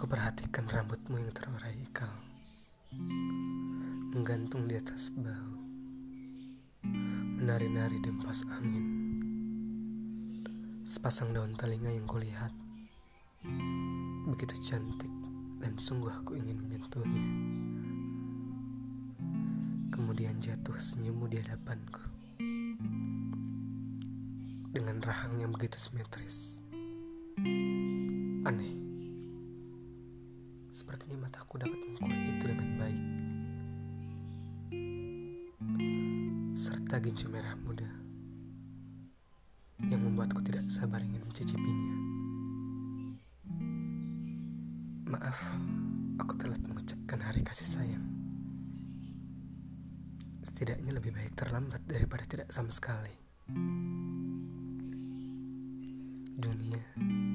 Aku perhatikan rambutmu yang terurai ikal, menggantung di atas bahu, menari-nari di empas angin. Sepasang daun telinga yang kulihat, begitu cantik dan sungguh aku ingin menyentuhnya. Kemudian jatuh senyummu di hadapanku, dengan rahang yang begitu simetris. Aneh, sepertinya mataku dapat mengukur itu dengan baik, serta gincu merah muda yang membuatku tidak sabar ingin mencicipinya. Maaf, aku telat mengucapkan hari kasih sayang. Setidaknya lebih baik terlambat daripada tidak sama sekali. Dunia